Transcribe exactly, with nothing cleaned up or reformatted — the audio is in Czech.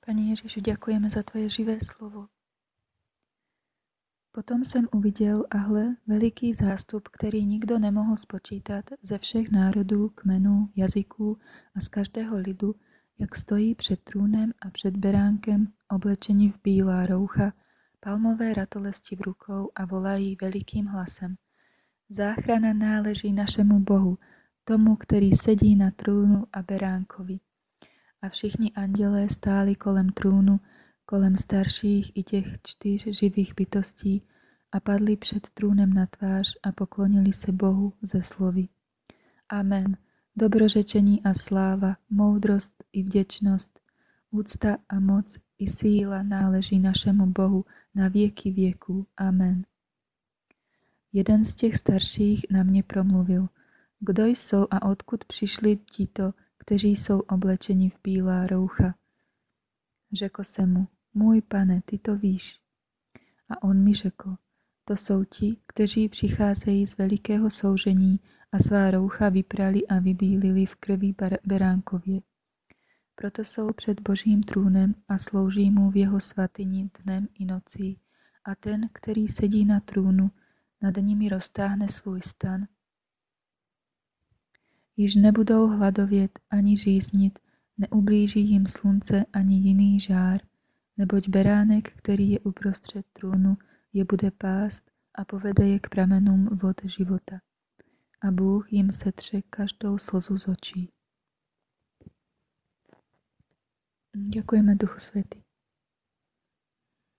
Pane Ježišu, děkujeme za tvoje živé slovo. Potom jsem uviděl a hle, veliký zástup, který nikdo nemohl spočítat, ze všech národů, kmenů, jazyků a z každého lidu, jak stojí před trůnem a před beránkem, oblečení v bílá roucha, palmové ratolesti v rukou a volají velikým hlasem. Záchrana náleží našemu Bohu, tomu, který sedí na trůnu a beránkovi. A všichni andělé stáli kolem trůnu, kolem starších i těch čtyř živých bytostí a padli před trůnem na tvář a poklonili se Bohu ze slovy. Amen. Dobrořečení a sláva, moudrost i vděčnost, úcta a moc i síla náleží našemu Bohu na věky věků. Amen. Jeden z těch starších na mě promluvil. Kdo jsou a odkud přišli tito, kteří jsou oblečeni v bílá roucha? Řekl jsem mu, můj pane, ty to víš. A on mi řekl, to jsou ti, kteří přicházejí z velikého soužení a svá roucha vyprali a vybílili v krvi beránkově. Proto jsou před Božím trůnem a slouží mu v jeho svatyni dnem i nocí. A ten, který sedí na trůnu, nad nimi roztáhne svůj stan. Již nebudou hladovět ani říznit, neublíží jim slunce ani jiný žár, neboť beránek, který je uprostřed trůnu, je bude pást a povede je k pramenům vod života. A Bůh jim setře každou slzu z očí. Děkujeme, Duchu Svätý.